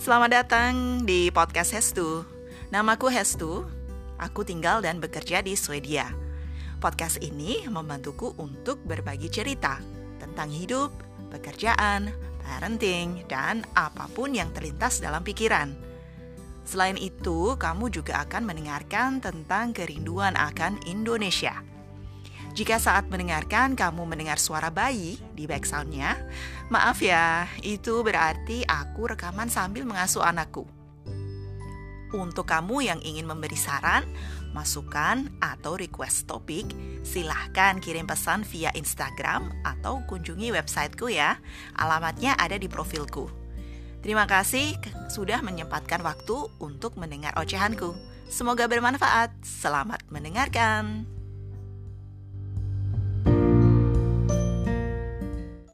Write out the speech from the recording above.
Selamat datang di podcast Hestu. Namaku Hestu, aku tinggal dan bekerja di Swedia. Podcast ini membantuku untuk berbagi cerita tentang hidup, pekerjaan, parenting, dan apapun yang terlintas dalam pikiran. Selain itu, kamu juga akan mendengarkan tentang kerinduan akan Indonesia. Jika saat mendengarkan kamu mendengar suara bayi di backsound-nya, maaf ya, itu berarti aku rekaman sambil mengasuh anakku. Untuk kamu yang ingin memberi saran, masukan, atau request topik, silahkan kirim pesan via Instagram atau kunjungi websiteku ya. Alamatnya ada di profilku. Terima kasih sudah menyempatkan waktu untuk mendengar ocehanku. Semoga bermanfaat. Selamat mendengarkan.